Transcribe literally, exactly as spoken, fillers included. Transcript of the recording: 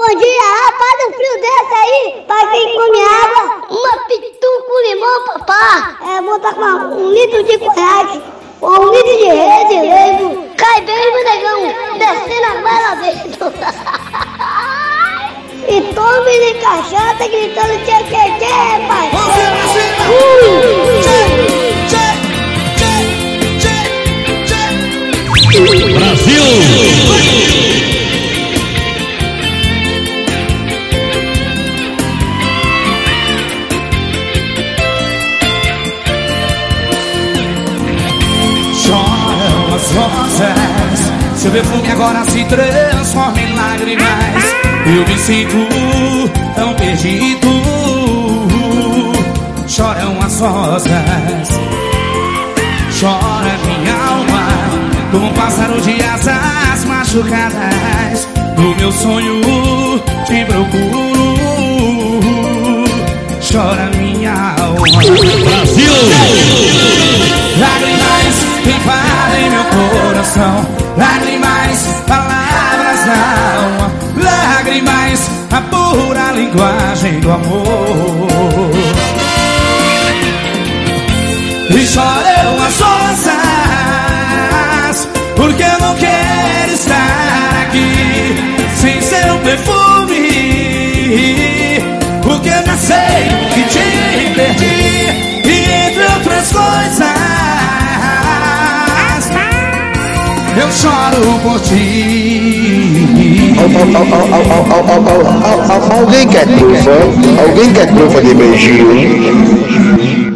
Bom dia, rapaz, um frio desse aí, pra quem come água. Uma pitu com limão, papá. É, vou botar com uma, um litro de conhaque, ou um litro de rede, levo. Cai bem, meu negão, descendo a bala dentro. E tome de cachaça, gritando tchê, tchê, tchê, pai. Brasil! Choram as rosas, seu perfume agora se transforma em lágrimas. Eu me sinto tão perdido. Choram as rosas, chora minha alma, como um pássaro de asas machucadas. No meu sonho te procuro. Chora minha alma. Brasil! Lágrimas invadem meu coração. Lágrimas, palavras da alma. Lágrimas, a pura linguagem do amor. E choram as rosas, porque eu não quero estar aqui sem seu perfume. Porque eu já sei que te perdi, e entre outras coisas eu choro por ti. Alguém quer trufa? Alguém quer trufa de beijinho?